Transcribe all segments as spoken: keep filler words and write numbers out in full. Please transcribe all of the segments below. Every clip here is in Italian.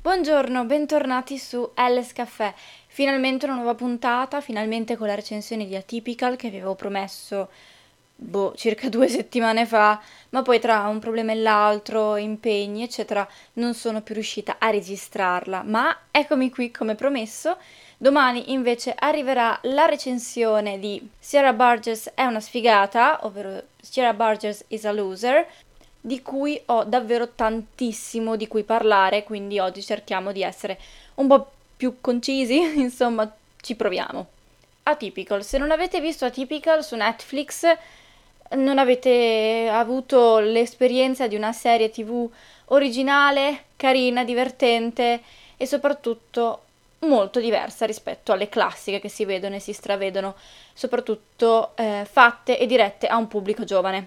Buongiorno, bentornati su Alice Caffè. Finalmente una nuova puntata, finalmente con la recensione di Atypical che vi avevo promesso, boh, circa due settimane fa, ma poi tra un problema e l'altro, impegni, eccetera, non sono più riuscita a registrarla. Ma eccomi qui come promesso. Domani invece arriverà la recensione di Sierra Burgess è una sfigata, ovvero Sierra Burgess is a loser, di cui ho davvero tantissimo di cui parlare, quindi oggi cerchiamo di essere un po' più concisi, insomma, ci proviamo. Atypical, se non avete visto Atypical su Netflix, non avete avuto l'esperienza di una serie tivù originale, carina, divertente e soprattutto molto diversa rispetto alle classiche che si vedono e si stravedono, soprattutto eh, fatte e dirette a un pubblico giovane.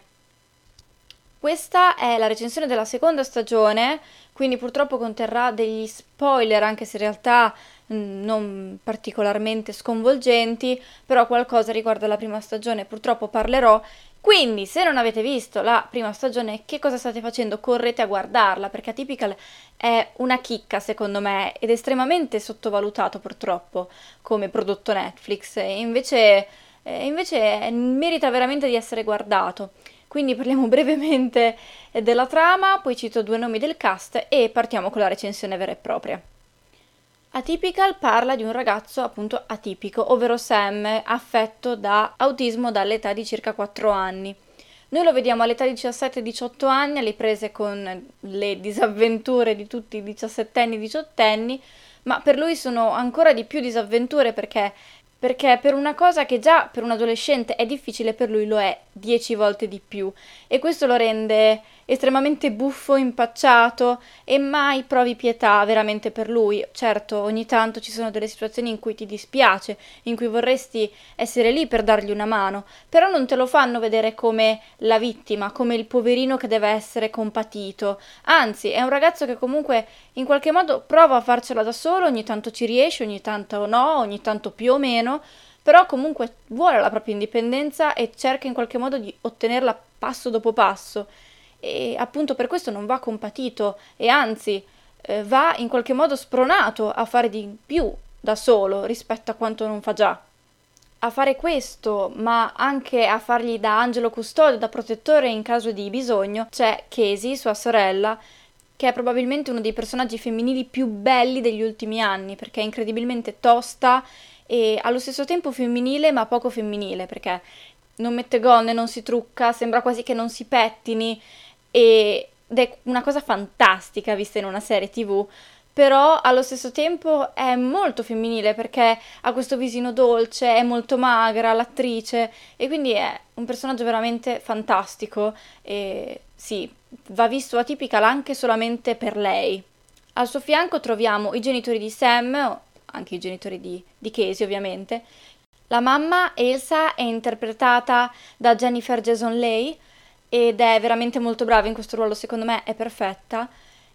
Questa è la recensione della seconda stagione, quindi purtroppo conterrà degli spoiler, anche se in realtà mh, non particolarmente sconvolgenti, però qualcosa riguardo la prima stagione purtroppo parlerò. Quindi, se non avete visto la prima stagione, che cosa state facendo? Correte a guardarla, perché Atypical è una chicca secondo me ed estremamente sottovalutato purtroppo come prodotto Netflix, e invece, eh, invece merita veramente di essere guardato. Quindi parliamo brevemente della trama, poi cito due nomi del cast e partiamo con la recensione vera e propria. Atypical parla di un ragazzo appunto atipico, ovvero Sam, affetto da autismo dall'età di circa quattro anni. Noi lo vediamo all'età di diciassette diciotto anni, alle prese con le disavventure di tutti i diciassettenni e diciottenni, ma per lui sono ancora di più disavventure perché perché per una cosa che già per un adolescente è difficile, per lui lo è dieci volte di più, e questo lo rende estremamente buffo, impacciato, e mai provi pietà veramente per lui. Certo, ogni tanto ci sono delle situazioni in cui ti dispiace, in cui vorresti essere lì per dargli una mano, però non te lo fanno vedere come la vittima, come il poverino che deve essere compatito. Anzi, è un ragazzo che comunque in qualche modo prova a farcela da solo, ogni tanto ci riesce, ogni tanto no, ogni tanto più o meno, però comunque vuole la propria indipendenza e cerca in qualche modo di ottenerla passo dopo passo, e appunto per questo non va compatito e anzi eh, va in qualche modo spronato a fare di più da solo rispetto a quanto non fa già. A fare questo, ma anche a fargli da angelo custode, da protettore in caso di bisogno, c'è Casey, sua sorella, che è probabilmente uno dei personaggi femminili più belli degli ultimi anni, perché è incredibilmente tosta e allo stesso tempo femminile, ma poco femminile, perché non mette gonne, non si trucca, sembra quasi che non si pettini, ed è una cosa fantastica vista in una serie tivù, però allo stesso tempo è molto femminile perché ha questo visino dolce, è molto magra l'attrice e quindi è un personaggio veramente fantastico e sì, va visto Atypical anche solamente per lei. Al suo fianco troviamo i genitori di Sam, anche i genitori di, di Casey ovviamente. La mamma, Elsa, è interpretata da Jennifer Jason Leigh ed è veramente molto brava in questo ruolo, secondo me è perfetta.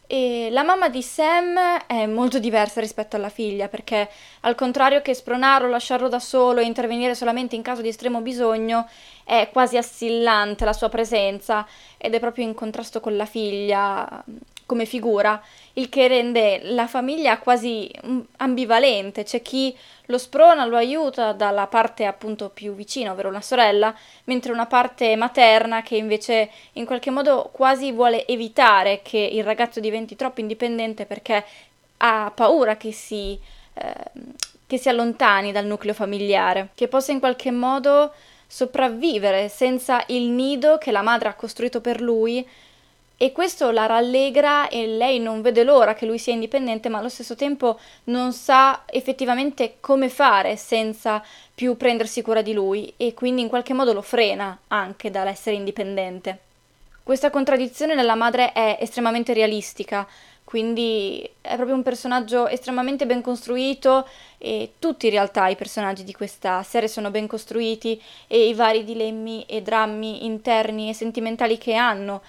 E la mamma di Sam è molto diversa rispetto alla figlia, perché al contrario che spronarlo, lasciarlo da solo e intervenire solamente in caso di estremo bisogno, è quasi assillante la sua presenza ed è proprio in contrasto con la figlia come figura, il che rende la famiglia quasi ambivalente. C'è chi lo sprona, lo aiuta dalla parte appunto più vicina, ovvero una sorella, mentre una parte materna che invece in qualche modo quasi vuole evitare che il ragazzo diventi troppo indipendente perché ha paura che si, eh, che si allontani dal nucleo familiare, che possa in qualche modo sopravvivere senza il nido che la madre ha costruito per lui. E questo la rallegra e lei non vede l'ora che lui sia indipendente, ma allo stesso tempo non sa effettivamente come fare senza più prendersi cura di lui e quindi in qualche modo lo frena anche dall'essere indipendente. Questa contraddizione nella madre è estremamente realistica, quindi è proprio un personaggio estremamente ben costruito e tutti in realtà i personaggi di questa serie sono ben costruiti e i vari dilemmi e drammi interni e sentimentali che hanno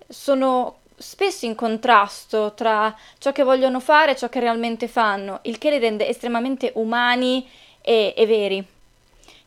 sono spesso in contrasto tra ciò che vogliono fare e ciò che realmente fanno, il che li rende estremamente umani e, e veri.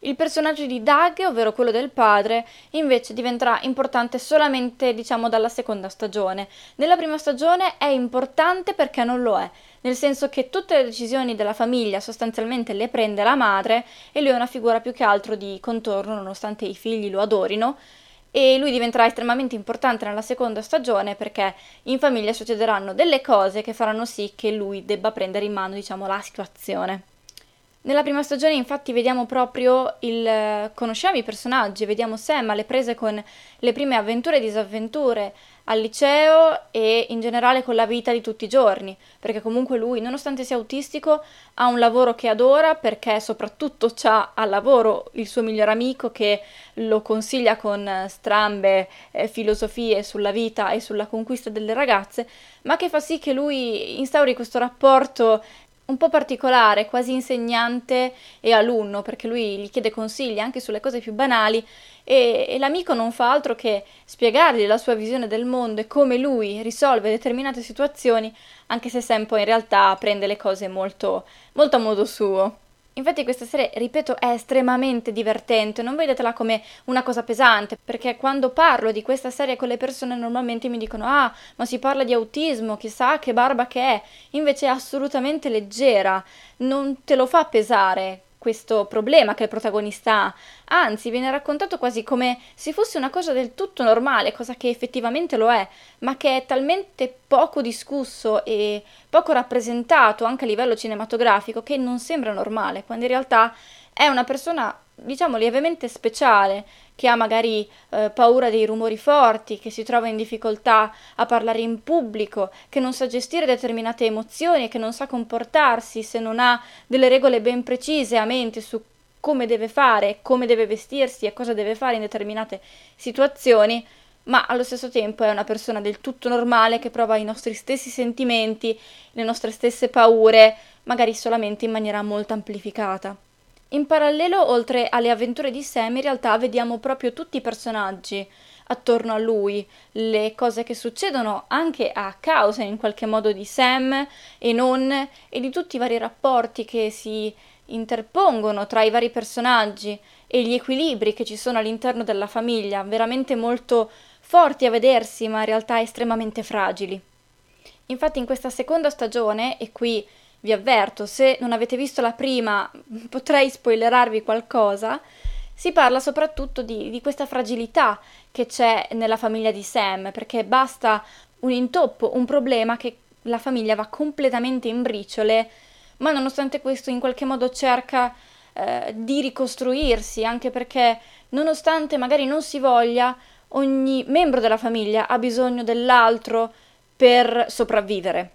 Il personaggio di Doug, ovvero quello del padre, invece diventerà importante solamente, diciamo, dalla seconda stagione. Nella prima stagione è importante perché non lo è, nel senso che tutte le decisioni della famiglia sostanzialmente le prende la madre e lui è una figura più che altro di contorno, nonostante i figli lo adorino, e lui diventerà estremamente importante nella seconda stagione perché in famiglia succederanno delle cose che faranno sì che lui debba prendere in mano, diciamo, la situazione. Nella prima stagione infatti vediamo proprio il... conosciamo i personaggi, vediamo Sam alle prese con le prime avventure e disavventure al liceo e in generale con la vita di tutti i giorni, perché comunque lui, nonostante sia autistico, ha un lavoro che adora perché soprattutto c'ha al lavoro il suo miglior amico che lo consiglia con strambe eh, filosofie sulla vita e sulla conquista delle ragazze, ma che fa sì che lui instauri questo rapporto un po' particolare, quasi insegnante e alunno, perché lui gli chiede consigli anche sulle cose più banali e, e l'amico non fa altro che spiegargli la sua visione del mondo e come lui risolve determinate situazioni, anche se Sam poi in realtà prende le cose molto, molto a modo suo. Infatti questa serie, ripeto, è estremamente divertente, non vedetela come una cosa pesante, perché quando parlo di questa serie con le persone normalmente mi dicono ah, ma si parla di autismo, chissà che barba che è, invece è assolutamente leggera, non te lo fa pesare questo problema che il protagonista ha, anzi viene raccontato quasi come se fosse una cosa del tutto normale, cosa che effettivamente lo è, ma che è talmente poco discusso e poco rappresentato anche a livello cinematografico che non sembra normale, quando in realtà è una persona, diciamo, lievemente speciale, che ha magari eh, paura dei rumori forti, che si trova in difficoltà a parlare in pubblico, che non sa gestire determinate emozioni, che non sa comportarsi se non ha delle regole ben precise a mente su come deve fare, come deve vestirsi e cosa deve fare in determinate situazioni, ma allo stesso tempo è una persona del tutto normale che prova i nostri stessi sentimenti, le nostre stesse paure, magari solamente in maniera molto amplificata. In parallelo, oltre alle avventure di Sam, in realtà vediamo proprio tutti i personaggi attorno a lui, le cose che succedono anche a causa in qualche modo di Sam e non, e di tutti i vari rapporti che si interpongono tra i vari personaggi e gli equilibri che ci sono all'interno della famiglia, veramente molto forti a vedersi, ma in realtà estremamente fragili. Infatti in questa seconda stagione, e qui vi avverto, se non avete visto la prima potrei spoilerarvi qualcosa, si parla soprattutto di, di questa fragilità che c'è nella famiglia di Sam, perché basta un intoppo, un problema che la famiglia va completamente in briciole, ma nonostante questo in qualche modo cerca eh, di ricostruirsi, anche perché nonostante magari non si voglia, ogni membro della famiglia ha bisogno dell'altro per sopravvivere.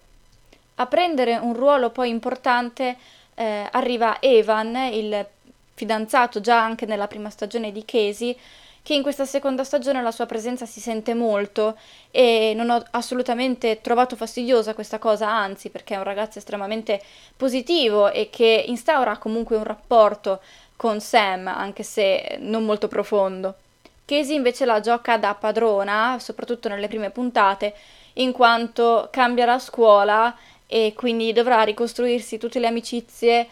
A prendere un ruolo poi importante eh, arriva Evan, il fidanzato già anche nella prima stagione di Casey, che in questa seconda stagione la sua presenza si sente molto e non ho assolutamente trovato fastidiosa questa cosa, anzi, perché è un ragazzo estremamente positivo e che instaura comunque un rapporto con Sam, anche se non molto profondo. Casey invece la gioca da padrona, soprattutto nelle prime puntate, in quanto cambia la scuola e quindi dovrà ricostruirsi tutte le amicizie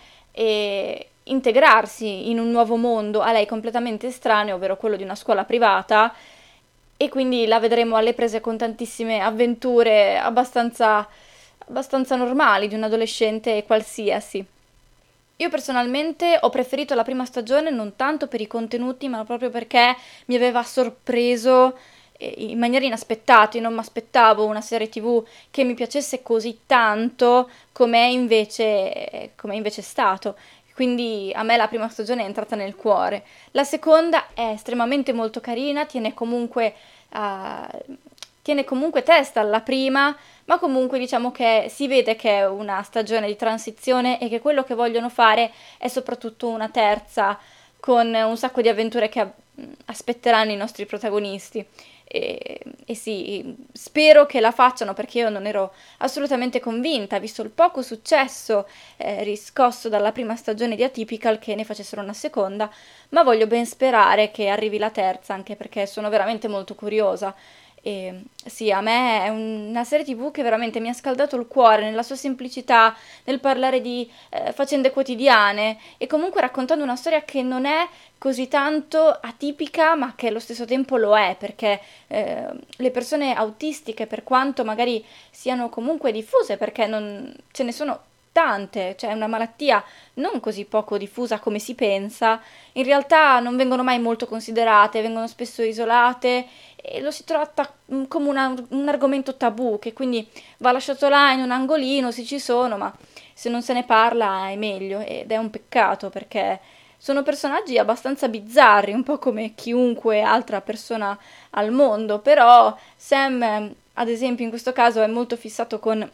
e integrarsi in un nuovo mondo a lei completamente estraneo, ovvero quello di una scuola privata, e quindi la vedremo alle prese con tantissime avventure abbastanza, abbastanza normali di un adolescente qualsiasi. Io personalmente ho preferito la prima stagione non tanto per i contenuti, ma proprio perché mi aveva sorpreso in maniera inaspettata. Io non mi aspettavo una serie tv che mi piacesse così tanto come è invece, come è invece stato. Quindi a me la prima stagione è entrata nel cuore. La seconda è estremamente molto carina, tiene comunque, uh, tiene comunque testa alla prima, ma comunque diciamo che si vede che è una stagione di transizione e che quello che vogliono fare è soprattutto una terza con un sacco di avventure che aspetteranno i nostri protagonisti. E, e sì, spero che la facciano perché io non ero assolutamente convinta, visto il poco successo eh, riscosso dalla prima stagione di Atypical, che ne facessero una seconda, ma voglio ben sperare che arrivi la terza, anche perché sono veramente molto curiosa E sì, a me è un- una serie T V che veramente mi ha scaldato il cuore nella sua semplicità, nel parlare di eh, faccende quotidiane e comunque raccontando una storia che non è così tanto atipica, ma che allo stesso tempo lo è, perché eh, le persone autistiche, per quanto magari siano comunque diffuse, perché non ce ne sono tante, cioè è una malattia non così poco diffusa come si pensa, in realtà non vengono mai molto considerate, vengono spesso isolate e lo si tratta mm, come una- un argomento tabù che quindi va lasciato là in un angolino, se ci sono, ma se non se ne parla è meglio ed è un peccato perché sono personaggi abbastanza bizzarri, un po' come chiunque altra persona al mondo, però Sam, ehm, ad esempio, in questo caso è molto fissato con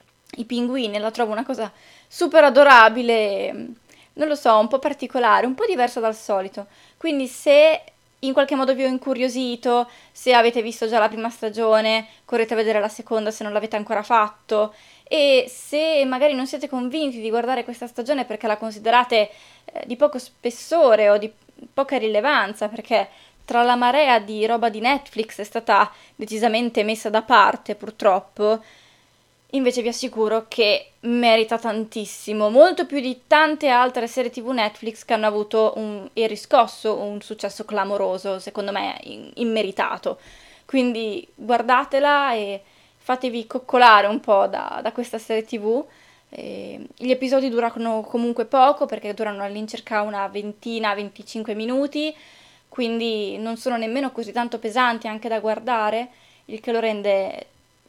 i pinguini e la trovo una cosa super adorabile, e, non lo so, un po' particolare, un po' diversa dal solito. Quindi se in qualche modo vi ho incuriosito, se avete visto già la prima stagione, correte a vedere la seconda se non l'avete ancora fatto. E se magari non siete convinti di guardare questa stagione perché la considerate eh, di poco spessore o di poca rilevanza, perché tra la marea di roba di Netflix è stata decisamente messa da parte, purtroppo, invece vi assicuro che merita tantissimo, molto più di tante altre serie T V Netflix che hanno avuto un, e riscosso un successo clamoroso, secondo me in- immeritato. Quindi guardatela e fatevi coccolare un po' da, da questa serie T V. E gli episodi durano comunque poco perché durano all'incirca una ventina, venticinque minuti, quindi non sono nemmeno così tanto pesanti anche da guardare, il che lo rende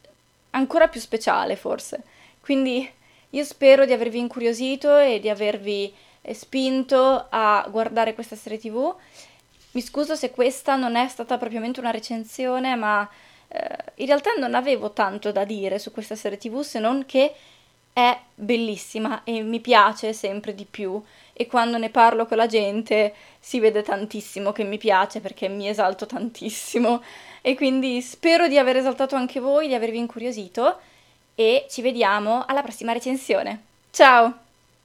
ancora più speciale forse. Quindi io spero di avervi incuriosito e di avervi eh, spinto a guardare questa serie T V. Mi scuso se questa non è stata propriamente una recensione, ma eh, in realtà non avevo tanto da dire su questa serie T V se non che è bellissima e mi piace sempre di più e quando ne parlo con la gente si vede tantissimo che mi piace perché mi esalto tantissimo e quindi spero di aver esaltato anche voi, di avervi incuriosito e ci vediamo alla prossima recensione. Ciao!